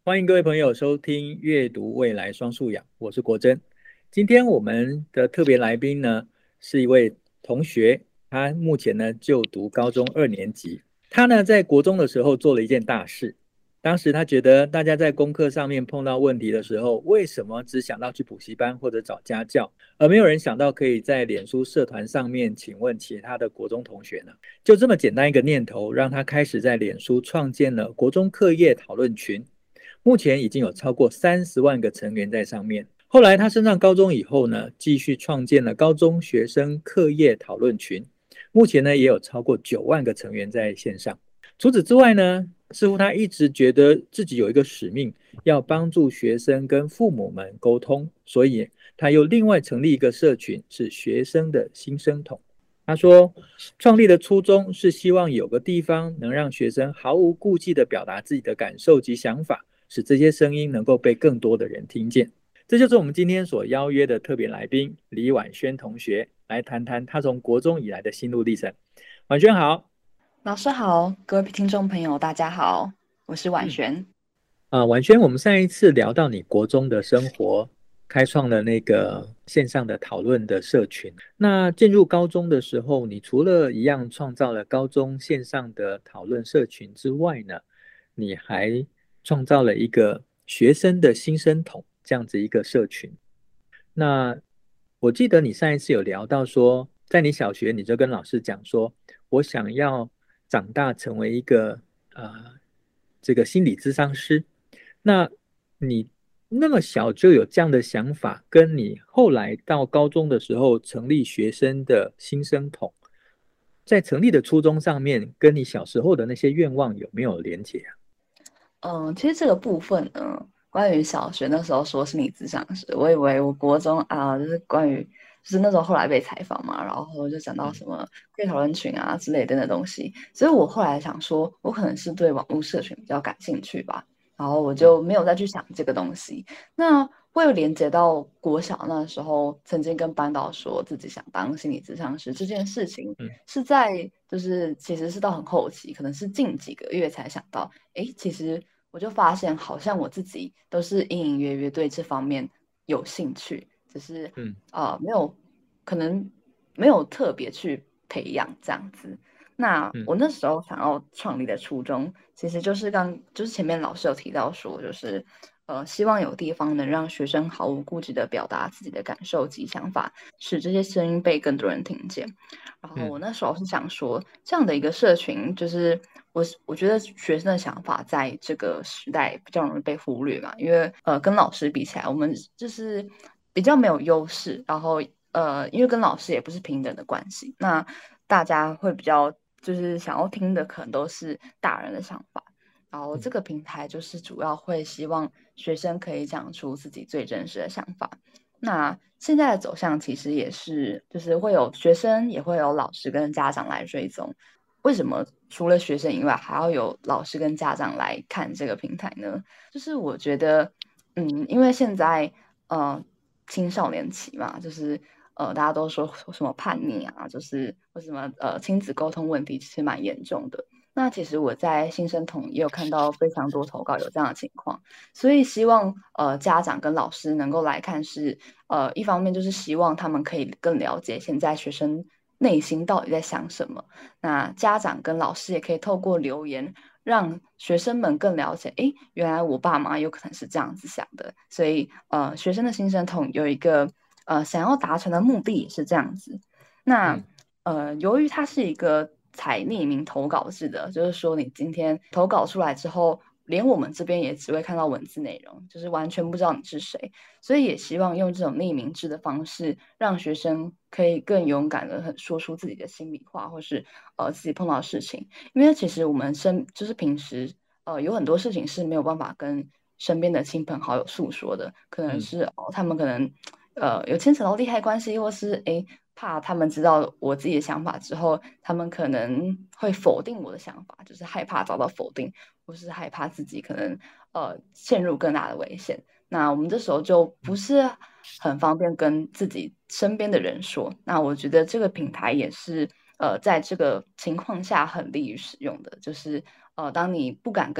欢迎各位朋友收听阅读未来双素养，我是国珍。今天我们的特别来宾呢，是一位同学，他目前呢就读高中2年级。他呢在国中的时候做了一件大事，当时他觉得大家在功课上面碰到问题的时候，为什么只想到去补习班或者找家教，而没有人想到可以在脸书社团上面请问其他的国中同学呢？就这么简单一个念头，让他开始在脸书创建了国中课业讨论群。目前已经有超过30万个成员在上面。后来他升上高中以后呢，继续创建了高中学生课业讨论群，目前呢也有超过9万个成员在线上。除此之外呢，似乎他一直觉得自己有一个使命，要帮助学生跟父母们沟通，所以他又另外成立一个社群，是学生的新生统。他说，创立的初衷是希望有个地方能让学生毫无顾忌地表达自己的感受及想法，使这些声音能够被更多的人听见。这就是我们今天所邀约的特别来宾李婉萱同学，来谈谈他从国中以来的心路历程。婉萱好。 老师好，各位听众朋友，大家好，我是婉嗯， 璇。 婉萱，我们上一次聊到你国中的生活，开创了那个线上的讨论的社群。那进入高中的时候，你除了一样创造了高中线上的讨论社群之外呢，你还创造了一个学生的新生统这样子一个社群。那我记得你上一次有聊到说，在你小学你就跟老师讲说，我想要长大成为一个这个心理咨商师。那你那么小就有这样的想法，跟你后来到高中的时候成立学生的新生统，在成立的初衷上面，跟你小时候的那些愿望有没有连结啊？ 其实这个部分呢，关于小学那时候说心理咨商师，我以为我国中就是关于就是那时候后来被采访嘛，然后就讲到什嗯么可以讨论群啊之类的东西，所以我后来想说，我可能是对网络社群比较感兴趣吧，然后我嗯就没有再去想这个东西。那会有连接到国小那时候曾经跟班导说自己想当心理咨商师这件事情， 嗯是在就是其实是到很后期，可能是近几个月才想到。其实我就发现，好像我自己都是隐隐约约对这方面有兴趣，只是嗯没有可能没有特别去培养这样子。那嗯我那时候想要创立的初衷，其实就是前面老师有提到说，就是希望有地方能让学生毫无顾忌的表达自己的感受及想法，使这些声音被更多人听见。然后我嗯那时候是想说，这样的一个社群，就是我觉得学生的想法在这个时代比较容易被忽略嘛，因为跟老师比起来，我们就是比较没有优势，然后因为跟老师也不是平等的关系，那大家会比较就是想要听的可能都是大人的想法。然后这嗯个平台就是主要会希望学生可以讲出自己最真实的想法，那现在的走向其实也是，就是会有学生，也会有老师跟家长来追踪。为什么除了学生以外，还要有老师跟家长来看这个平台呢？就是我觉得，因为现在青少年期嘛，就是大家都说什么叛逆啊，就是为什么亲子沟通问题其实蛮严重的。那其实我在新生统也有看到非常多投稿有这样的情况。所以希望家长跟老师能够来看是一方面就是希望他们可以更了解现在学生内心到底在想什么，那家长跟老师也可以透过留言让学生们更了解，诶，原来我爸妈有可能是这样子想的，所以学生的新生统有一个想要达成的目的是这样子。那嗯由于它是一个采匿名投稿制的，就是说你今天投稿出来之后，连我们这边也只会看到文字内容，就是完全不知道你是谁。所以也希望用这种匿名制的方式，让学生可以更勇敢的说出自己的心里话，或是自己碰到的事情。因为其实我们就是平时有很多事情是没有办法跟身边的亲朋好友诉说的，可能嗯是他们可能有牵扯到利害关系，或是怕他们知道我自己的想法之后，他们可能会否定我的想法，就是害怕遭到否定，或是害怕自己可能陷入更大的危险。那我们这时候就不是很方便跟自己身边的人说。那我觉得这个平台也是在这个情况下很利于使用的，就是当你不敢跟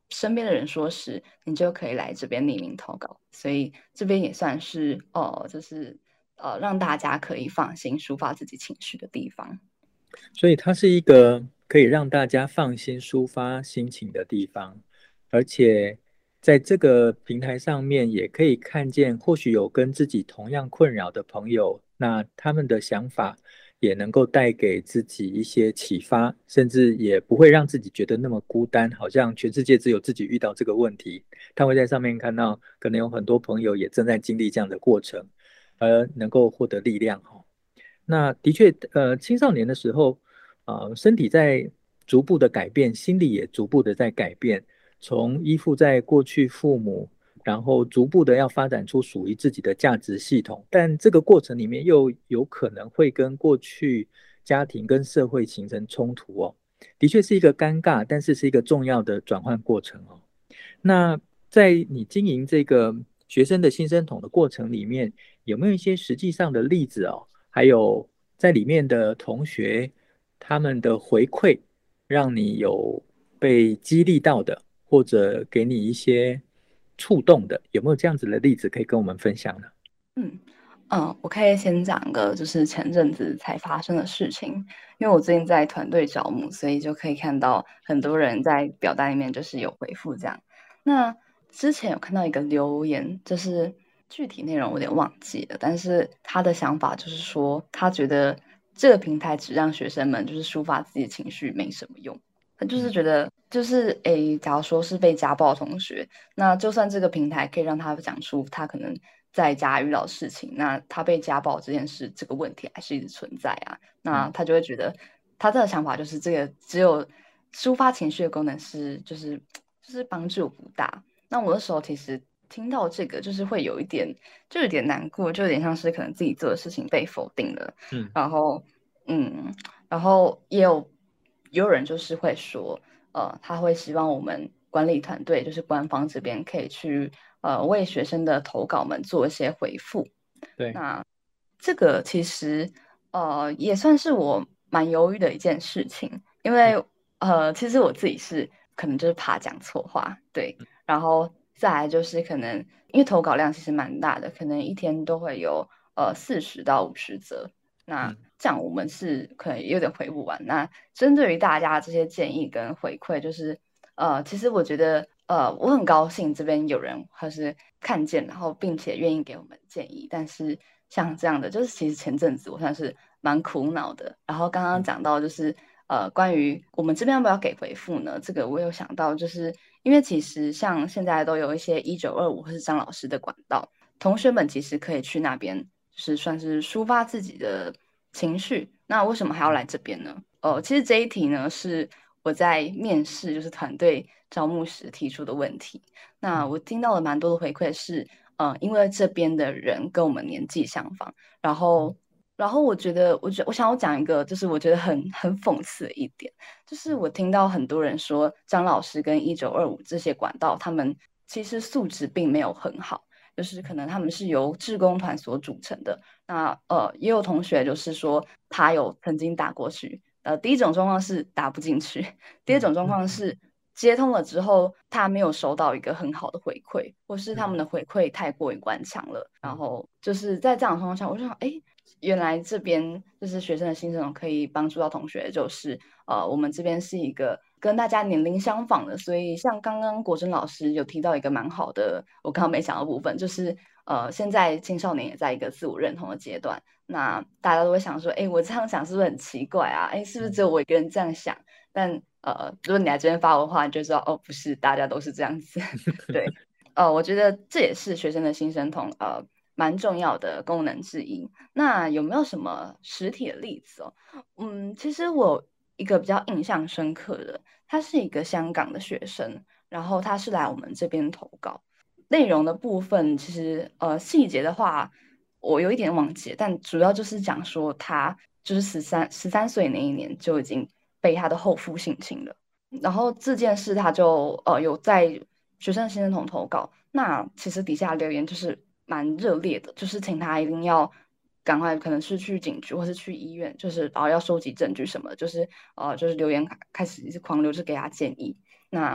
身边的人说时，你就可以来这边匿名投稿。所以这边也算是就是让大家可以放心抒发自己情绪的地方。 所以它是一个可以让大家放心抒发心情的地方，而且在这个平台上面也可以看见，或许有跟自己同样困扰的朋友，那他们的想法也能够带给自己一些启发，甚至也不会让自己觉得那么孤单，好像全世界只有自己遇到这个问题。他会在上面看到，可能有很多朋友也正在经历这样的过程，而能够获得力量。那的确，青少年的时候，身体在逐步的改变，心理也逐步的在改变，从依附在过去父母，然后逐步的要发展出属于自己的价值系统，但这个过程里面又有可能会跟过去家庭跟社会形成冲突哦，的确是一个尴尬，但是是一个重要的转换过程哦。那在你经营这个学生的新生统的过程里面，有没有一些实际上的例子哦？还有在里面的同学他们的回馈，让你有被激励到的，或者给你一些触动的，有没有这样子的例子可以跟我们分享呢？ 嗯我可以先讲一个就是前阵子才发生的事情，因为我最近在团队招募，所以就可以看到很多人在表单里面就是有回复这样。那之前有看到一个留言，就是具体内容我有点忘记了，但是他的想法就是说，他觉得这个平台只让学生们就是抒发自己的情绪没什么用。他就是觉得，就是假如说是被家暴的同学，那就算这个平台可以让他讲出他可能在家遇到的事情，那他被家暴这件事这个问题还是一直存在啊。那他就会觉得，他的想法就是这个只有抒发情绪的功能是就是帮助不大。那我那时候其实听到这个，就是会有一点就有点难过，就有点像是可能自己做的事情被否定了， 嗯然后嗯。然后也有人就是会说，他会希望我们管理团队，就是官方这边可以去为学生的投稿们做一些回复。 对， 那这个其实也算是我蛮犹豫的一件事情，因为其实我自己是可能就是怕讲错话，对，然后再来就是可能因为投稿量其实蛮大的，可能一天都会有40到50则。那嗯这样我们是可能有点回不完。那针对于大家这些建议跟回馈，就是其实我觉得我很高兴这边有人还是看见，然后并且愿意给我们建议。但是像这样的，就是其实前阵子我算是蛮苦恼的。然后刚刚讲到就是关于我们这边要不要给回复呢？这个我有想到，就是因为其实像现在都有一些1925或是张老师的管道。同学们其实可以去那边，就是算是抒发自己的情绪。那为什么还要来这边呢？其实这一题呢是我在面试就是团队招募时提出的问题。那嗯我听到了蛮多的回馈是，因为这边的人跟我们年纪相仿，然后。然后我觉得，我想要讲一个，就是我觉得很讽刺的一点，就是我听到很多人说张老师跟1925这些管道，他们其实素质并没有很好。就是可能他们是由志工团所组成的。那也有同学就是说他有曾经打过去，第一种状况是打不进去，第二种状况是接通了之后他没有收到一个很好的回馈，或是他们的回馈太过于官腔了。然后就是在这样的状况下，我就想，哎，原来这边就是学生的新生可以帮助到同学，就是我们这边是一个跟大家年龄相仿的，所以像刚刚国珍老师有提到一个蛮好的，我刚刚没想到部分，就是现在青少年也在一个自我认同的阶段，那大家都会想说，哎，我这样想是不是很奇怪啊？哎，是不是只有我一个人这样想？但如果你来这边发文的话，你就知道哦，不是，大家都是这样子。对，我觉得这也是学生的新生通蛮重要的功能之一。那有没有什么实体的例子哦？其实我一个比较印象深刻的，他是一个香港的学生，然后他是来我们这边投稿。内容的部分其实细节的话，我有一点忘记了，但主要就是讲说他就是十三岁那一年就已经被他的后父性侵了。然后这件事他就有在学生新生统投稿，那其实底下留言就是蛮热烈的，就是请他一定要赶快，可能是去警局或是去医院，就是然后要收集证据什么的，就是就是留言开始一直狂流，就给他建议。那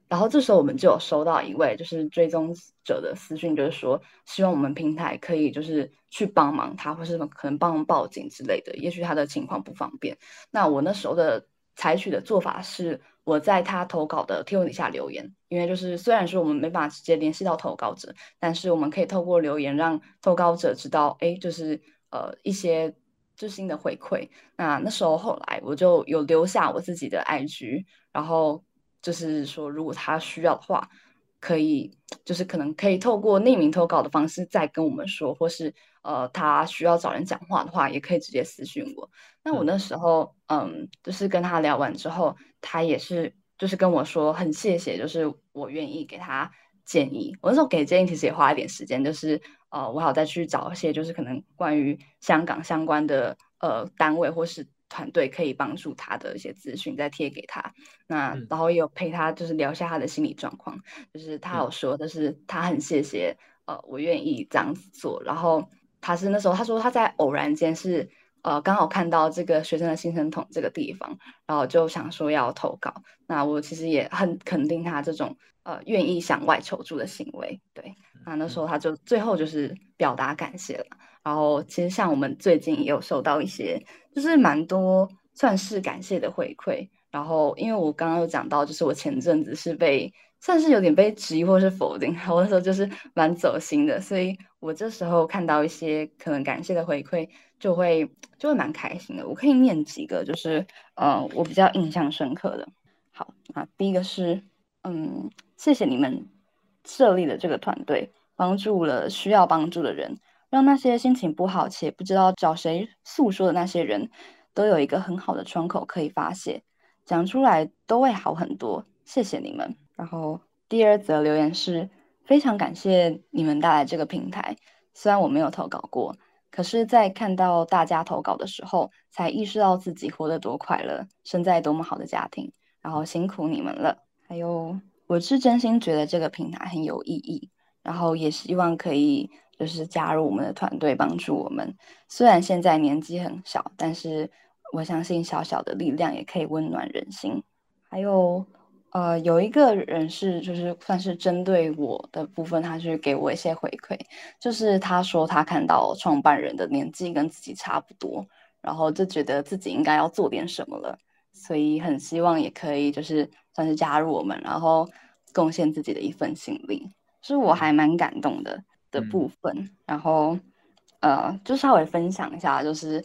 然后这时候我们就有收到一位就是追踪者的私讯，就是说希望我们平台可以就是去帮忙他，或是可能帮忙报警之类的，也许他的情况不方便。那我那时候的采取的做法是，我在他投稿的贴文底下留言，因为就是虽然说我们没办法直接联系到投稿者，但是我们可以透过留言让投稿者知道，哎，就是一些最新的回馈。那时候后来我就有留下我自己的 IG，然后就是说如果他需要的话，可以就是可能可以透过匿名投稿的方式再跟我们说，或是他需要找人讲话的话，也可以直接私讯我。那我那时候就是跟他聊完之后，他也是就是跟我说很谢谢，就是我愿意给他建议。我那时候给建议其实也花一点时间，就是我还要再去找一些就是可能关于香港相关的单位或是团队可以帮助他的一些资讯，再贴给他。那然后也有陪他就是聊一下他的心理状况，就是他有说，就是他很谢谢我愿意这样子做，然后他是那时候他说他在偶然间是刚好看到这个学生的新生桶这个地方，然后就想说要投稿。那我其实也很肯定他这种愿意向外求助的行为。对，那时候他就最后就是表达感谢了。然后其实像我们最近也有收到一些就是蛮多算是感谢的回馈。然后因为我刚刚有讲到，就是我前阵子是算是有点被质疑或是否定，我那时候就是蛮走心的，所以我这时候看到一些可能感谢的回馈，就会蛮开心的。我可以念几个，就是我比较印象深刻的。好，那第一个是谢谢你们设立了这个团队，帮助了需要帮助的人，让那些心情不好且不知道找谁诉说的那些人都有一个很好的窗口可以发泄，讲出来都会好很多。谢谢你们。然后第二则留言是非常感谢你们带来这个平台，虽然我没有投稿过，可是，在看到大家投稿的时候，才意识到自己活得多快乐，生在多么好的家庭。然后辛苦你们了。还有，我是真心觉得这个平台很有意义，然后也希望可以就是加入我们的团队，帮助我们。虽然现在年纪很小，但是我相信小小的力量也可以温暖人心。还有，有一个人是就是算是针对我的部分，他去给我一些回馈，就是他说他看到创办人的年纪跟自己差不多，然后就觉得自己应该要做点什么了，所以很希望也可以就是算是加入我们，然后贡献自己的一份心力，是我还蛮感动的部分。然后就稍微分享一下，就是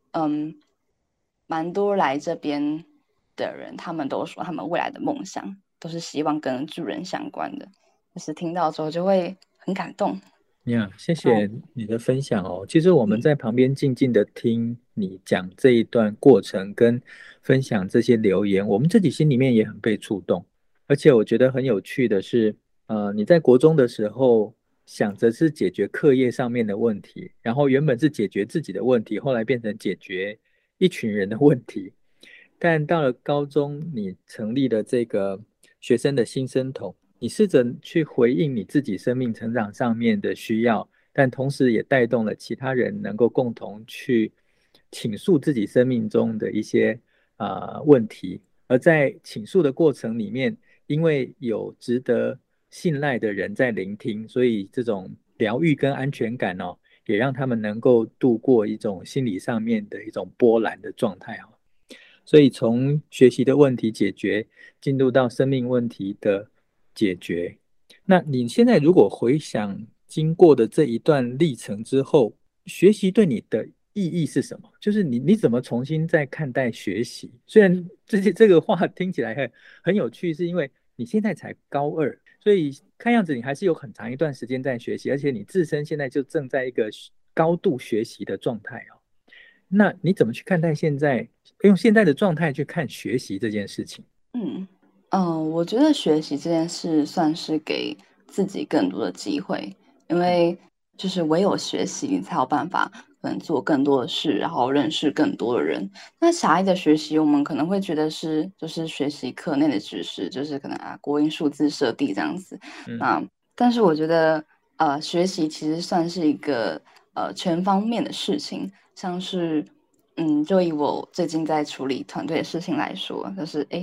蛮多来这边的人，他们都说他们未来的梦想都是希望跟助人相关的，就是听到之后就会很感动。 谢谢你的分享哦。其实我们在旁边静静的听你讲这一段过程，跟分享这些留言，我们自己心里面也很被触动。而且我觉得很有趣的是，你在国中的时候想着是解决课业上面的问题，然后原本是解决自己的问题，后来变成解决一群人的问题。但到了高中，你成立了这个学生的新生桶，你试着去回应你自己生命成长上面的需要，但同时也带动了其他人能够共同去倾诉自己生命中的一些问题。而在倾诉的过程里面，因为有值得信赖的人在聆听，所以这种疗愈跟安全感哦，也让他们能够度过一种心理上面的一种波澜的状态哦。所以从学习的问题解决，进入到生命问题的解决。那你现在如果回想经过的这一段历程之后，学习对你的意义是什么？就是你怎么重新再看待学习？虽然这个话听起来很有趣，是因为你现在才高二，所以看样子你还是有很长一段时间在学习，而且你自身现在就正在一个高度学习的状态哦。那你怎么去看待现在，用现在的状态去看学习这件事情？ 我觉得学习这件事算是给自己更多的机会，因为就是唯有学习才有办法可能做更多的事，然后认识更多的人。那狭义的学习，我们可能会觉得是就是学习课内的知识，就是可能国英数字设地这样子。 嗯那但是我觉得学习其实算是一个全方面的事情，像是就以我最近在处理团队的事情来说，就是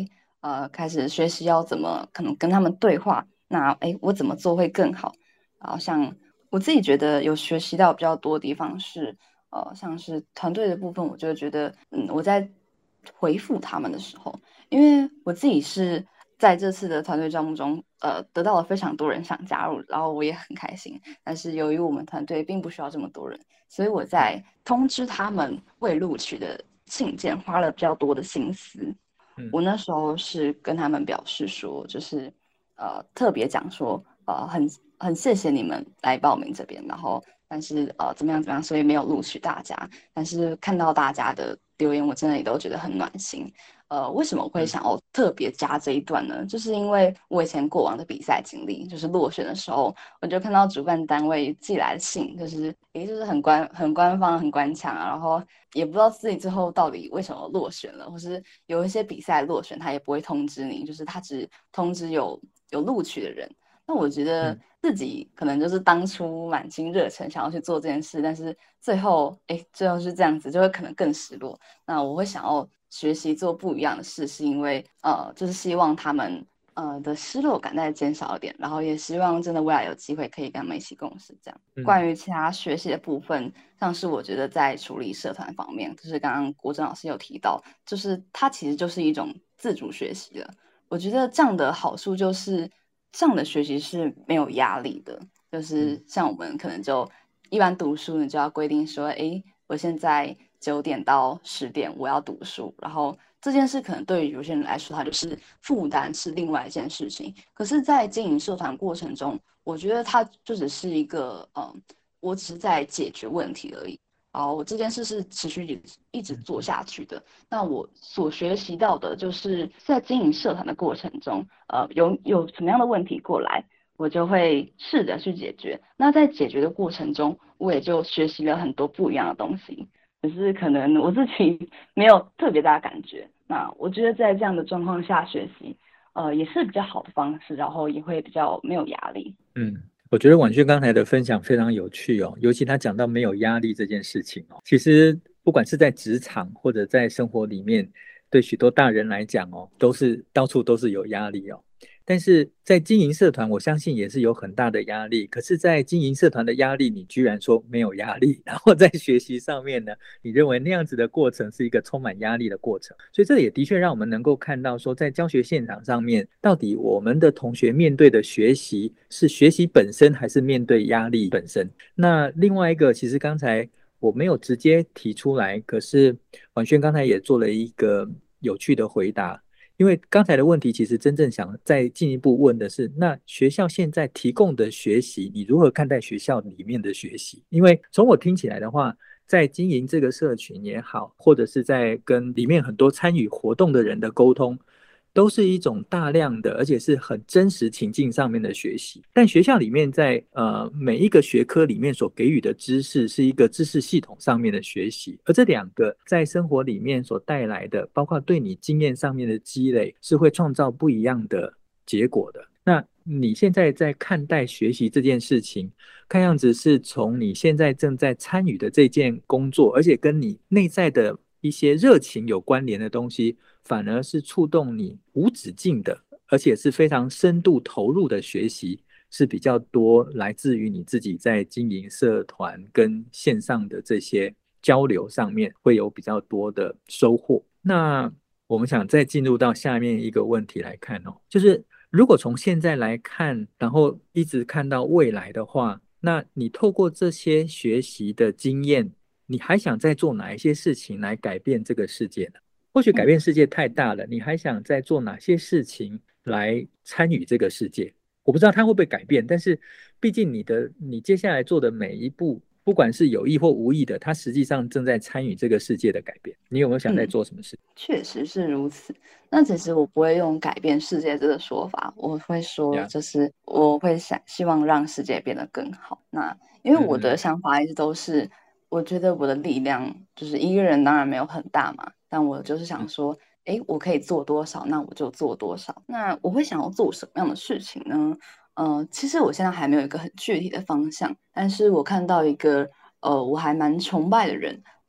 开始学习要怎么可能跟他们对话。那我怎么做会更好？然后像我自己觉得有学习到比较多的地方是，像是团队的部分，我就觉得，我在回复他们的时候，因为我自己是在这次的团队招募中，得到了非常多人想加入，然后我也很开心。但是由于我们团队并不需要这么多人，所以我在通知他们未录取的信件花了比较多的心思。我那时候是跟他们表示说，就是特别讲说，很谢谢你们来报名这边，然后但是怎么样怎么样，所以没有录取大家。但是看到大家的留言，我真的也都觉得很暖心。为什么我会想要特别加这一段呢？就是因为我以前过往的比赛经历，就是落选的时候，我就看到主办单位寄来的信，就是很官方、很官腔啊，然后也不知道自己最后到底为什么落选了，或是有一些比赛落选，他也不会通知你，就是他只通知有录取的人。那我觉得自己可能就是当初满心热忱想要去做这件事，但是最后是这样子，就会可能更失落。那我会想要学习做不一样的事，是因为就是希望他们的失落感再减少一点，然后也希望真的未来有机会可以跟他们一起共事。这样，关于其他学习的部分，像是我觉得在处理社团方面，就是刚刚国珍老师有提到，就是它其实就是一种自主学习了。我觉得这样的好处就是这样的学习是没有压力的，就是像我们可能就一般读书，你就要规定说，我现在9点到10点我要读书，然后这件事可能对于有些人来说，它就是负担，是另外一件事情。可是，在经营社团过程中，我觉得它就只是一个，我只是在解决问题而已。我这件事是持续一直做下去的。那我所学习到的就是在经营社团的过程中，有什么样的问题过来，我就会试着去解决。那在解决的过程中，我也就学习了很多不一样的东西，只是可能我自己没有特别大的感觉。那我觉得在这样的状况下学习，也是比较好的方式，然后也会比较没有压力。 我觉得婉轩刚才的分享非常有趣哦，尤其他讲到没有压力这件事情哦。其实不管是在职场或者在生活里面，对许多大人来讲哦，都是到处都是有压力哦。但是在经营社团，我相信也是有很大的压力。可是，在经营社团的压力，你居然说没有压力，然后在学习上面呢，你认为那样子的过程是一个充满压力的过程。所以这也的确让我们能够看到说，在教学现场上面，到底我们的同学面对的学习是学习本身，还是面对压力本身？那另外一个，其实刚才我没有直接提出来，可是婉轩刚才也做了一个有趣的回答。因为刚才的问题，其实真正想再进一步问的是，那学校现在提供的学习，你如何看待学校里面的学习？因为从我听起来的话，在经营这个社群也好，或者是在跟里面很多参与活动的人的沟通，都是一种大量的，而且是很真实情境上面的学习。但学校里面在每一个学科里面所给予的知识，是一个知识系统上面的学习，而这两个在生活里面所带来的，包括对你经验上面的积累，是会创造不一样的结果的。那你现在在看待学习这件事情，看样子是从你现在正在参与的这件工作，而且跟你内在的一些热情有关联的东西，反而是触动你无止境的，而且是非常深度投入的学习，是比较多来自于你自己在经营社团跟线上的这些交流上面会有比较多的收获。那我们想再进入到下面一个问题来看哦，就是如果从现在来看，然后一直看到未来的话，那你透过这些学习的经验，你还想再做哪一些事情来改变这个世界呢？或许改变世界太大了，你还想再做哪些事情来参与这个世界？我不知道它会不会改变，但是毕竟你接下来做的每一步，不管是有意或无意的，它实际上正在参与这个世界的改变。你有没有想再做什么事？ 确实是如此。那其实我不会用改变世界这个说法，我会说， 呀， 就是我会希望让世界变得更好。那因为我的嗯想法一直都是，我觉得我的力量就是一个人当然没有很大嘛，但我就是想说，我可以做多少，那我就做多少。那我会想要做什么样的事情呢？其实我现在还没有一个很具体的方向，但是我看到一个我还蛮崇拜的人，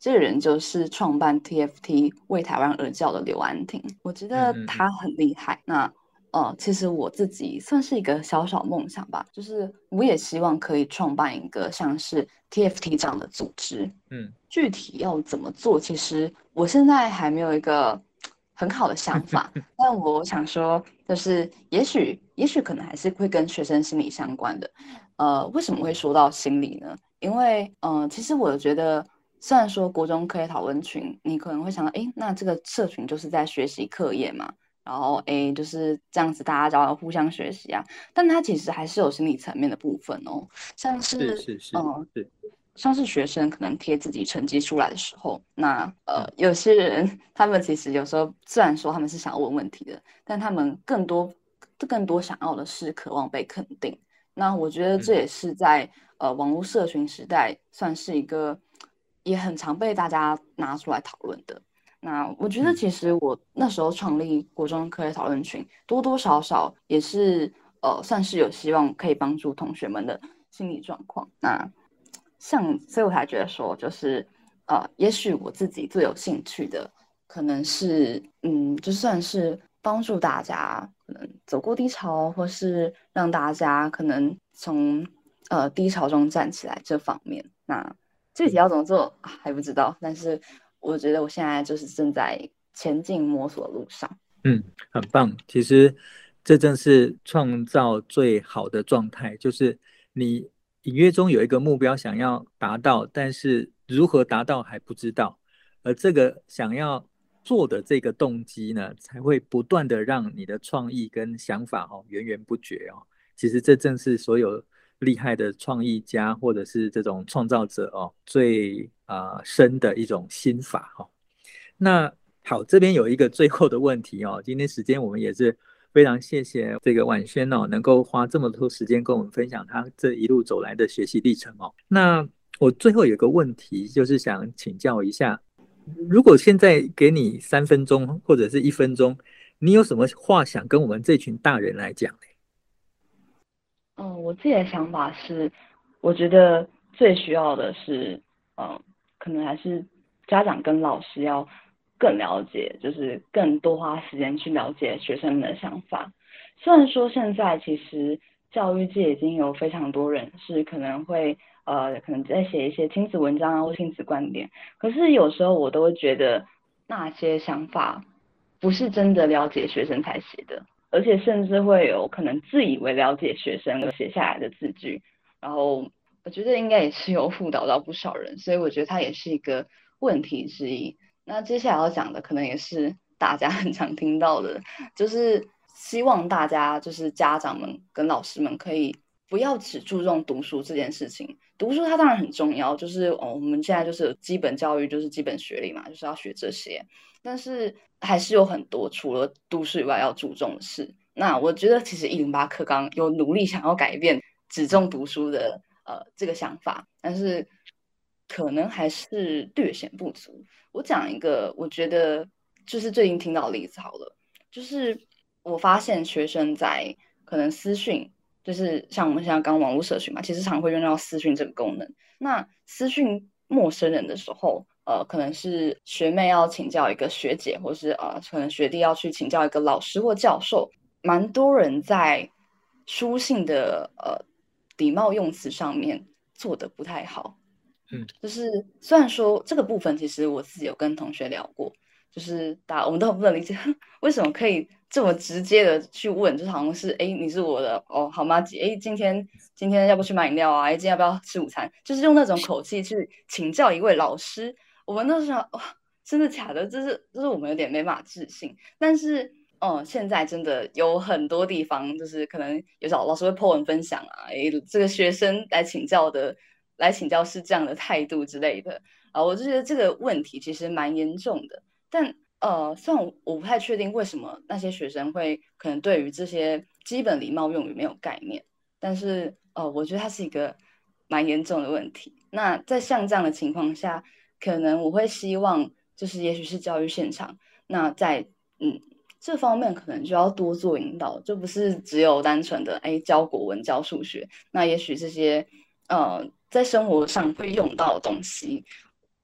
这个人就是创办 TFT 为台湾而教的刘安婷。我觉得他很厉害。那其实我自己算是一个小小梦想吧，就是我也希望可以创办一个像是 TFT 这样的组织。具体要怎么做，其实我现在还没有一个很好的想法。但我想说，就是也许可能还是会跟学生心理相关的。为什么会说到心理呢？因为其实我觉得，虽然说国中课业讨论群，你可能会想到，那这个社群就是在学习课业嘛。然后就是这样子，大家就要互相学习啊。但它其实还是有心理层面的部分哦，像是像是学生可能贴自己成绩出来的时候，那有些人他们其实有时候虽然说他们是想要问问题的，但他们更多想要的是渴望被肯定。那我觉得这也是在网络社群时代算是一个也很常被大家拿出来讨论的。那我觉得其实我那时候创立国中课业讨论群，多多少少也是算是有希望可以帮助同学们的心理状况。那所以我才觉得说，就是也许我自己最有兴趣的，可能是就算是帮助大家可能走过低潮，或是让大家可能从低潮中站起来这方面。那具体要怎么做还不知道，但是我觉得我现在就是正在前进摸索的路上。 很棒。其实这正是创造最好的状态，就是你隐约中有一个目标想要达到，但是如何达到还不知道，而这个想要做的这个动机呢，才会不断的让你的创意跟想法源源不绝哦。其实这正是所有厉害的创意家或者是这种创造者最深的一种心法那好，这边有一个最后的问题今天时间我们也是非常谢谢这个婉萱能够花这么多时间跟我们分享她这一路走来的学习历程那我最后有个问题，就是想请教一下，如果现在给你3分钟或者是1分钟，你有什么话想跟我们这群大人来讲呢？ 我自己的想法是，我觉得最需要的是，可能还是家长跟老师要更了解，就是更多花时间去了解学生们的想法。虽然说现在其实教育界已经有非常多人是可能会可能在写一些亲子文章啊或亲子观点，可是有时候我都会觉得那些想法不是真的了解学生才写的。而且甚至会有可能自以为了解学生而写下来的字句，然后我觉得应该也是有误导到不少人，所以我觉得它也是一个问题之一。那接下来要讲的可能也是大家很常听到的，就是希望大家就是家长们跟老师们可以不要只注重读书这件事情。读书它当然很重要，就是我们现在就是基本教育就是基本学历嘛，就是要学这些。但是还是有很多除了读书以外要注重的事。那我觉得其实108课纲有努力想要改变只重读书的这个想法，但是可能还是略显不足。我讲一个我觉得就是最近听到的例子好了，就是我发现学生在可能私讯，就是像我们现在刚网络社群嘛，其实常会用到私讯这个功能。那私讯陌生人的时候，可能是学妹要请教一个学姐，或是可能学弟要去请教一个老师或教授，蛮多人在书信的礼貌用词上面做的不太好。就是虽然说这个部分，其实我自己有跟同学聊过，就是我们都很不能理解为什么可以这么直接的去问，就是好像是你是我的好吗姐，今天要不去买饮料啊？今天要不要吃午餐？就是用那种口气去请教一位老师。我们那时候哇，真的假的？这是我们有点没办法置信。但是现在真的有很多地方，就是可能有些老师会 po 文分享啊，这个学生来请教是这样的态度之类的我就觉得这个问题其实蛮严重的。但虽然我不太确定为什么那些学生会可能对于这些基本礼貌用语没有概念，但是我觉得它是一个蛮严重的问题。那在像这样的情况下，可能我会希望就是也许是教育现场，那在这方面可能就要多做引导，就不是只有单纯的教国文教数学。那也许这些在生活上会用到的东西，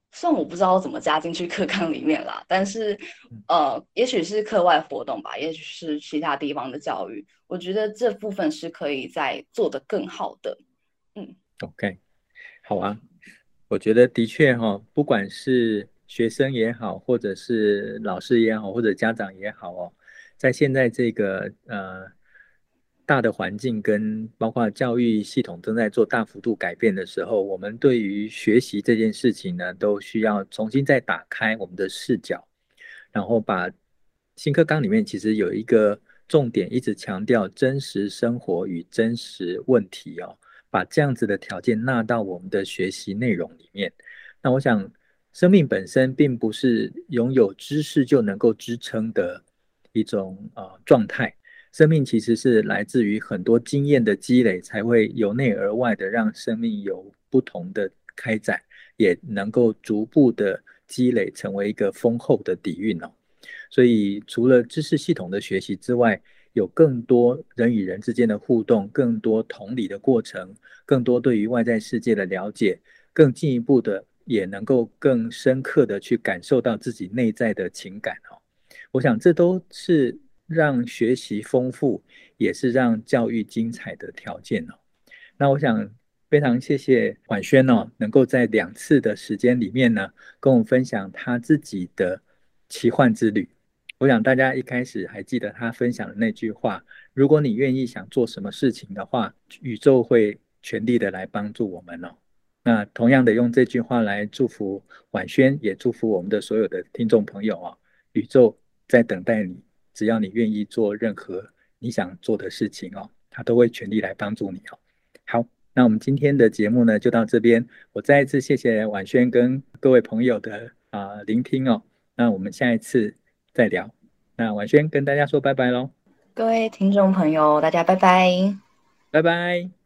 虽然我不知道怎么加进去课纲里面啦，但是也许是课外活动吧，也许是其他地方的教育，我觉得这部分是可以再做得更好的。嗯。 OK，好啊，我觉得的确哈，不管是学生也好，或者是老师也好，或者家长也好哦，在现在这个大的环境跟包括教育系统正在做大幅度改变的时候，我们对于学习这件事情呢，都需要重新再打开我们的视角，然后把新课纲里面其实有一个重点，一直强调真实生活与真实问题哦。把这样子的条件纳到我们的学习内容里面。那我想，生命本身并不是拥有知识就能够支撑的一种状态。生命其实是来自于很多经验的积累，才会由内而外的让生命有不同的开展，也能够逐步的积累成为一个丰厚的底蕴哦。所以除了知识系统的学习之外，有更多人与人之间的互动，更多同理的过程，更多对于外在世界的了解，更进一步的也能够更深刻的去感受到自己内在的情感哦。我想这都是让学习丰富，也是让教育精彩的条件哦。那我想非常谢谢婉轩哦，能够在2次的时间里面呢，跟我们分享他自己的奇幻之旅。我想大家一开始还记得他分享的那句话：如果你愿意想做什么事情的话，宇宙会全力的来帮助我们哦。那同样的用这句话来祝福婉轩，也祝福我们的所有的听众朋友哦。宇宙在等待你，只要你愿意做任何你想做的事情哦，他都会全力来帮助你哦。好，那我们今天的节目呢就到这边。我再一次谢谢婉轩跟各位朋友的聆听哦。那我们下一次再聊。那婉轩跟大家说拜拜喽， 各位听众朋友，大家拜拜。 拜拜。